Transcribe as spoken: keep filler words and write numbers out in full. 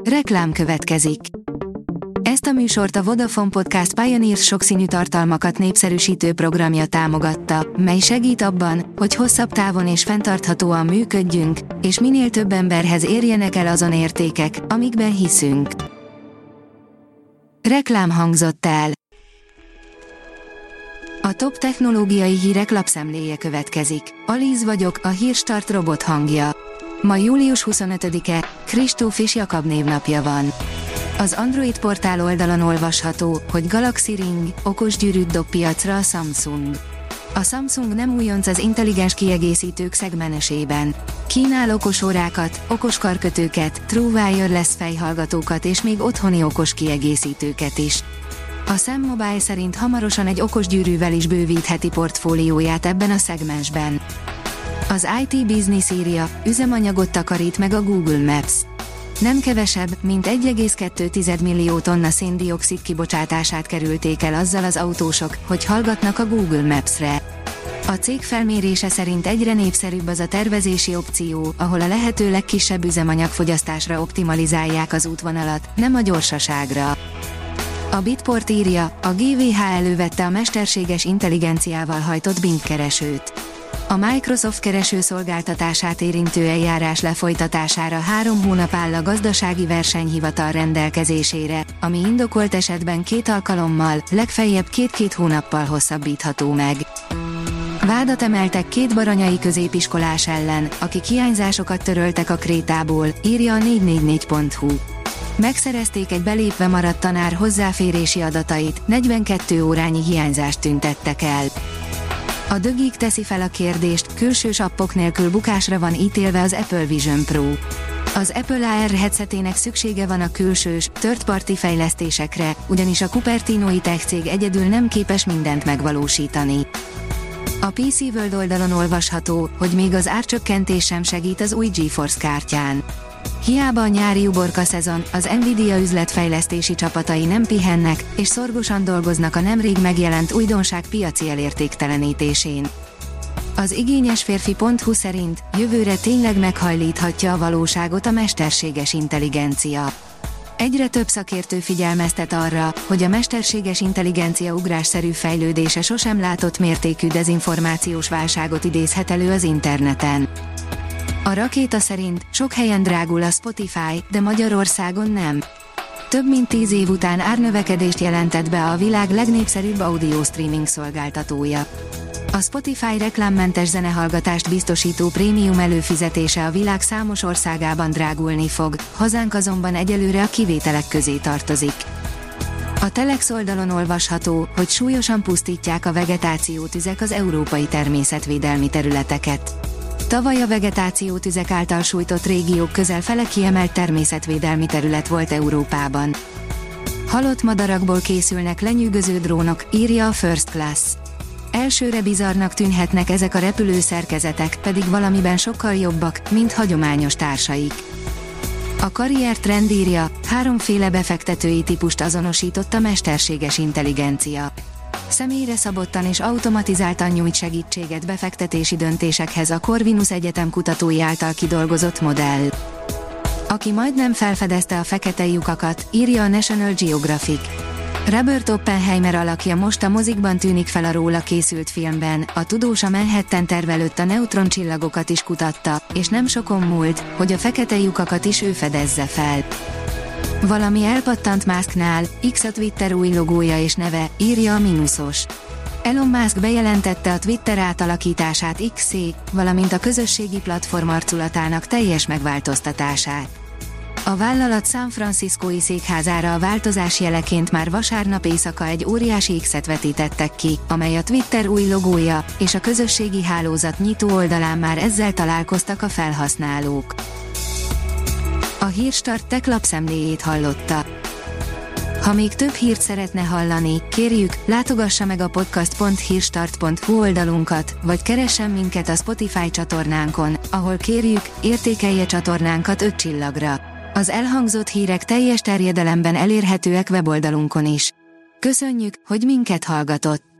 Reklám következik. Ezt a műsort a Vodafone Podcast Pioneers sokszínű tartalmakat népszerűsítő programja támogatta, mely segít abban, hogy hosszabb távon és fenntarthatóan működjünk, és minél több emberhez érjenek el azon értékek, amikben hiszünk. Reklám hangzott el. A top technológiai hírek lapszemléje következik. Alíz vagyok, a Hírstart robot hangja. Ma július huszonötödike, Kristóf és Jakab névnapja van. Az Android portál oldalon olvasható, hogy Galaxy Ring, okos gyűrűt dob piacra a Samsung. A Samsung nem újonc az intelligens kiegészítők szegmensében. Kínál okos órákat, okos karkötőket, True Wireless fejhallgatókat és még otthoni okos kiegészítőket is. A Sam Mobile szerint hamarosan egy okos gyűrűvel is bővítheti portfólióját ebben a szegmensben. Az i té Business írja, üzemanyagot takarít meg a Google Maps. Nem kevesebb, mint egy egész kettő millió tonna szén-dioxid kibocsátását kerülték el azzal az autósok, hogy hallgatnak a Google Maps-re. A cég felmérése szerint egyre népszerűbb az a tervezési opció, ahol a lehető legkisebb üzemanyagfogyasztásra optimalizálják az útvonalat, nem a gyorsaságra. A Bitport írja, a gé vé há elővette a mesterséges intelligenciával hajtott Bing keresőt. A Microsoft keresőszolgáltatását érintő eljárás lefolytatására három hónap áll a gazdasági versenyhivatal rendelkezésére, ami indokolt esetben két alkalommal, legfeljebb két-két hónappal hosszabbítható meg. Vádat emeltek két baranyai középiskolás ellen, akik hiányzásokat töröltek a krétából, írja a négy négy négy pont hu. Megszerezték egy belépve maradt tanár hozzáférési adatait, negyvenkét órányi hiányzást tüntettek el. A The Geek teszi fel a kérdést, külsős appok nélkül bukásra van ítélve az Apple Vision Pro. Az Apple á er headsetének szüksége van a külsős, third-party fejlesztésekre, ugyanis a Cupertino-i tech cég egyedül nem képes mindent megvalósítani. A pé cé World oldalon olvasható, hogy még az árcsökkentés sem segít az új GeForce kártyán. Hiába a nyári uborka szezon, az Nvidia üzletfejlesztési csapatai nem pihennek, és szorgosan dolgoznak a nemrég megjelent újdonság piaci elértéktelenítésén. Az igényesférfi pont hu szerint jövőre tényleg meghajlíthatja a valóságot a mesterséges intelligencia. Egyre több szakértő figyelmeztet arra, hogy a mesterséges intelligencia ugrásszerű fejlődése sosem látott mértékű dezinformációs válságot idézhet elő az interneten. A rakéta szerint sok helyen drágul a Spotify, de Magyarországon nem. Több mint tíz év után árnövekedést jelentett be a világ legnépszerűbb audio streaming szolgáltatója. A Spotify reklámmentes zenehallgatást biztosító prémium előfizetése a világ számos országában drágulni fog, hazánk azonban egyelőre a kivételek közé tartozik. A Telex oldalon olvasható, hogy súlyosan pusztítják a vegetációtüzek az európai természetvédelmi területeket. Tavaly a vegetációtüzek által sújtott régiók közel fele kiemelt természetvédelmi terület volt Európában. Halott madarakból készülnek lenyűgöző drónok, írja a First Class. Elsőre bizarrnak tűnhetnek ezek a repülő szerkezetek, pedig valamiben sokkal jobbak, mint hagyományos társaik. A Karrier Trend írja, háromféle befektetői típust azonosított a mesterséges intelligencia. Személyre szabottan és automatizáltan nyújt segítséget befektetési döntésekhez a Corvinus Egyetem kutatói által kidolgozott modell. Aki majdnem felfedezte a fekete lyukakat, írja a National Geographic. Robert Oppenheimer alakja most a mozikban tűnik fel a róla készült filmben, a tudós a Manhattan terv előtt a neutroncsillagokat is kutatta, és nem sokon múlt, hogy a fekete lyukakat is ő fedezze fel. Valami elpattant Musknál, X a Twitter új logója és neve, írja a Minusos. Elon Musk bejelentette a Twitter átalakítását X-é, valamint a közösségi platform arculatának teljes megváltoztatását. A vállalat San Franciscói székházára a változás jeleként már vasárnap éjszaka egy óriási X-et vetítettek ki, amely a Twitter új logója, és a közösségi hálózat nyitó oldalán már ezzel találkoztak a felhasználók. A Hírstart Tech lapszemléjét hallotta. Ha még több hírt szeretne hallani, kérjük, látogassa meg a podcast pont hírstart pont hu oldalunkat, vagy keressen minket a Spotify csatornánkon, ahol kérjük, értékelje csatornánkat öt csillagra. Az elhangzott hírek teljes terjedelemben elérhetőek weboldalunkon is. Köszönjük, hogy minket hallgatott!